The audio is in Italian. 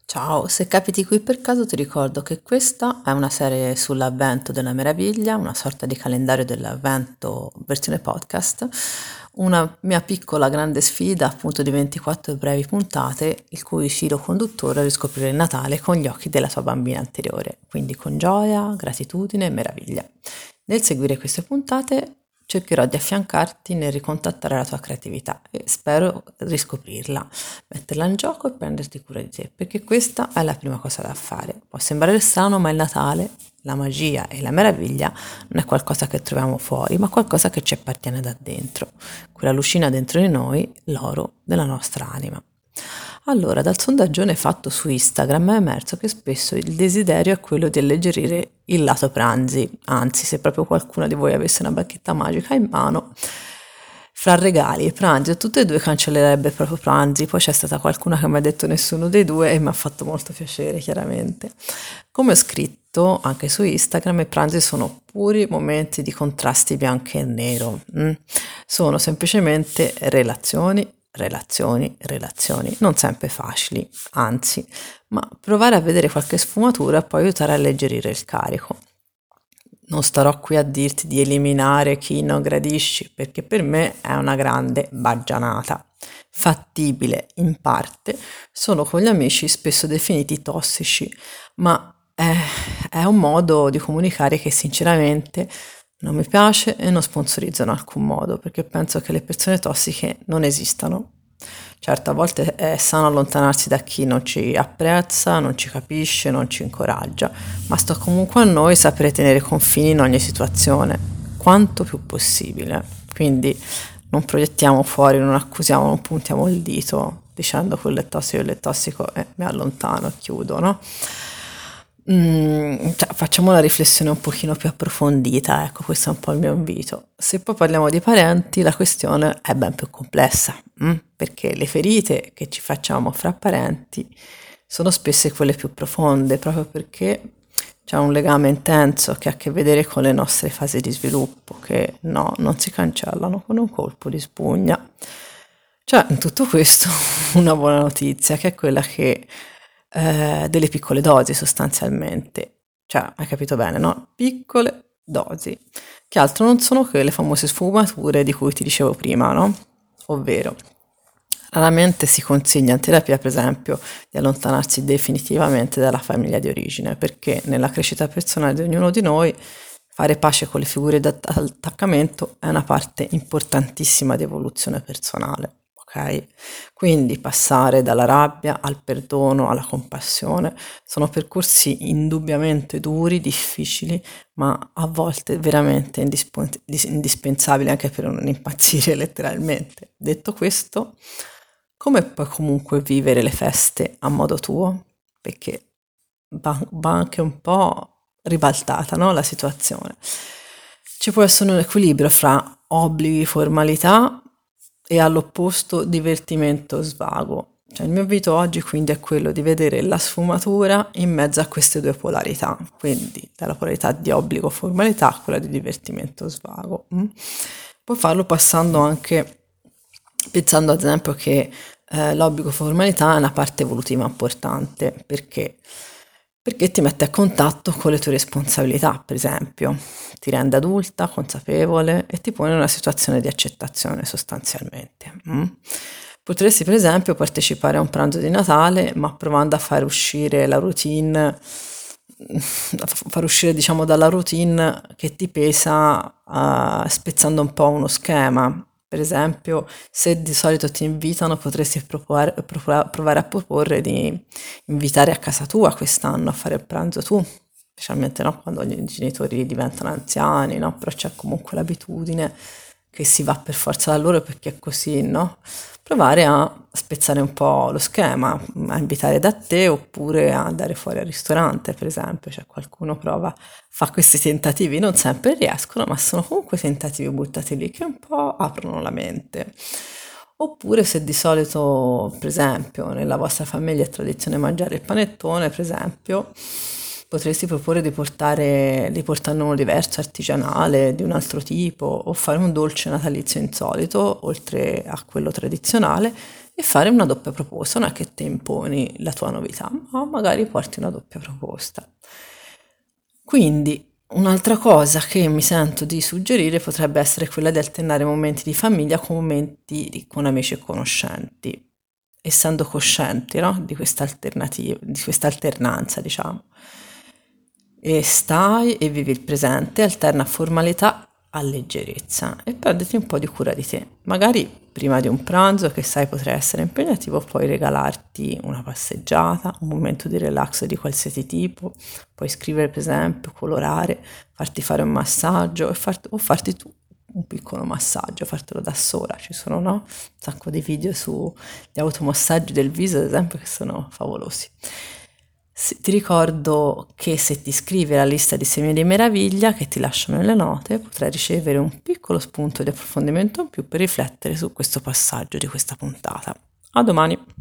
Ciao, se capiti qui per caso ti ricordo che questa è una serie sull'avvento della meraviglia, una sorta di calendario dell'avvento versione podcast, una mia piccola grande sfida appunto di 24 brevi puntate il cui filo conduttore è riscoprire il Natale con gli occhi della tua bambina anteriore, quindi con gioia, gratitudine e meraviglia. Nel seguire queste puntate cercherò di affiancarti nel ricontattare la tua creatività e spero riscoprirla, metterla in gioco e prenderti cura di te, perché questa è la prima cosa da fare. Può sembrare strano, ma il Natale, la magia e la meraviglia non è qualcosa che troviamo fuori, ma qualcosa che ci appartiene da dentro, quella lucina dentro di noi, l'oro della nostra anima. Allora, dal sondaggione fatto su Instagram è emerso che spesso il desiderio è quello di alleggerire il lato pranzi, anzi, se proprio qualcuno di voi avesse una bacchetta magica in mano, fra regali e pranzi, tutte e due cancellerebbe proprio pranzi. Poi c'è stata qualcuna che mi ha detto nessuno dei due e mi ha fatto molto piacere, chiaramente. Come ho scritto anche su Instagram, i pranzi sono puri momenti di contrasti bianco e nero. Sono semplicemente relazioni, relazioni, relazioni, non sempre facili, anzi, ma provare a vedere qualche sfumatura può aiutare a alleggerire il carico. Non starò qui a dirti di eliminare chi non gradisci, perché per me è una grande baggianata. Fattibile in parte, sono con gli amici spesso definiti tossici, ma è un modo di comunicare che sinceramente non mi piace e non sponsorizzo in alcun modo, perché penso che le persone tossiche non esistano. Certo, a volte è sano allontanarsi da chi non ci apprezza, non ci capisce, non ci incoraggia, ma sta comunque a noi sapere tenere confini in ogni situazione, quanto più possibile. Quindi non proiettiamo fuori, non accusiamo, non puntiamo il dito dicendo quello è tossico e mi allontano e chiudo, no? Cioè, facciamo una riflessione un pochino più approfondita, ecco, questo è un po' il mio invito. Se poi parliamo di parenti, la questione è ben più complessa, perché le ferite che ci facciamo fra parenti sono spesso quelle più profonde, proprio perché c'è un legame intenso che ha a che vedere con le nostre fasi di sviluppo, che no, non si cancellano con un colpo di spugna. Cioè, in tutto questo, una buona notizia, che è quella che delle piccole dosi sostanzialmente. Cioè, hai capito bene, no? Piccole dosi, che altro non sono che le famose sfumature di cui ti dicevo prima, no? Ovvero, raramente si consiglia in terapia, per esempio, di allontanarsi definitivamente dalla famiglia di origine, perché nella crescita personale di ognuno di noi fare pace con le figure d'attaccamento è una parte importantissima di evoluzione personale, ok? Quindi passare dalla rabbia al perdono, alla compassione, sono percorsi indubbiamente duri, difficili, ma a volte veramente indispensabili anche per non impazzire letteralmente. Detto questo, come puoi comunque vivere le feste a modo tuo? Perché va anche un po' ribaltata, no, la situazione. Ci può essere un equilibrio fra obblighi, formalità e all'opposto divertimento, svago. Cioè, il mio invito oggi quindi è quello di vedere la sfumatura in mezzo a queste due polarità, quindi dalla polarità di obbligo, formalità a quella di divertimento, svago. Puoi farlo passando anche, pensando ad esempio che l'obbligo formalità è una parte evolutiva importante, perché ti mette a contatto con le tue responsabilità, per esempio, ti rende adulta, consapevole e ti pone in una situazione di accettazione sostanzialmente. Potresti, per esempio, partecipare a un pranzo di Natale, ma provando a far uscire la routine, far uscire, diciamo, dalla routine che ti pesa, spezzando un po' uno schema. Per esempio, se di solito ti invitano, potresti provare a proporre di invitare a casa tua quest'anno a fare il pranzo tu, specialmente no, quando i genitori diventano anziani, no? Però c'è comunque l'abitudine che si va per forza da loro perché è così, no? Provare a spezzare un po' lo schema, a invitare da te oppure a andare fuori al ristorante, per esempio, cioè qualcuno prova, fa questi tentativi, non sempre riescono, ma sono comunque tentativi buttati lì che un po' aprono la mente. Oppure se di solito, per esempio, nella vostra famiglia è tradizione mangiare il panettone, per esempio, potresti proporre di portarne uno diverso, artigianale, di un altro tipo, o fare un dolce natalizio insolito, oltre a quello tradizionale, e fare una doppia proposta. Non è che te imponi la tua novità, ma magari porti una doppia proposta. Quindi un'altra cosa che mi sento di suggerire potrebbe essere quella di alternare momenti di famiglia con momenti con amici e conoscenti, essendo coscienti, no? Di questa alternativa, di questa alternanza, diciamo. E stai e vivi il presente, alterna formalità a leggerezza e prenditi un po' di cura di te. Magari prima di un pranzo che sai potrà essere impegnativo, puoi regalarti una passeggiata, un momento di relax di qualsiasi tipo, puoi scrivere per esempio, colorare, farti fare un massaggio o farti tu un piccolo massaggio, fartelo da sola. Ci sono, no? Un sacco di video sugli automassaggi del viso, ad esempio, che sono favolosi. Ti ricordo che se ti iscrivi alla lista di semi di meraviglia che ti lascio nelle note, potrai ricevere un piccolo spunto di approfondimento in più per riflettere su questo passaggio di questa puntata. A domani!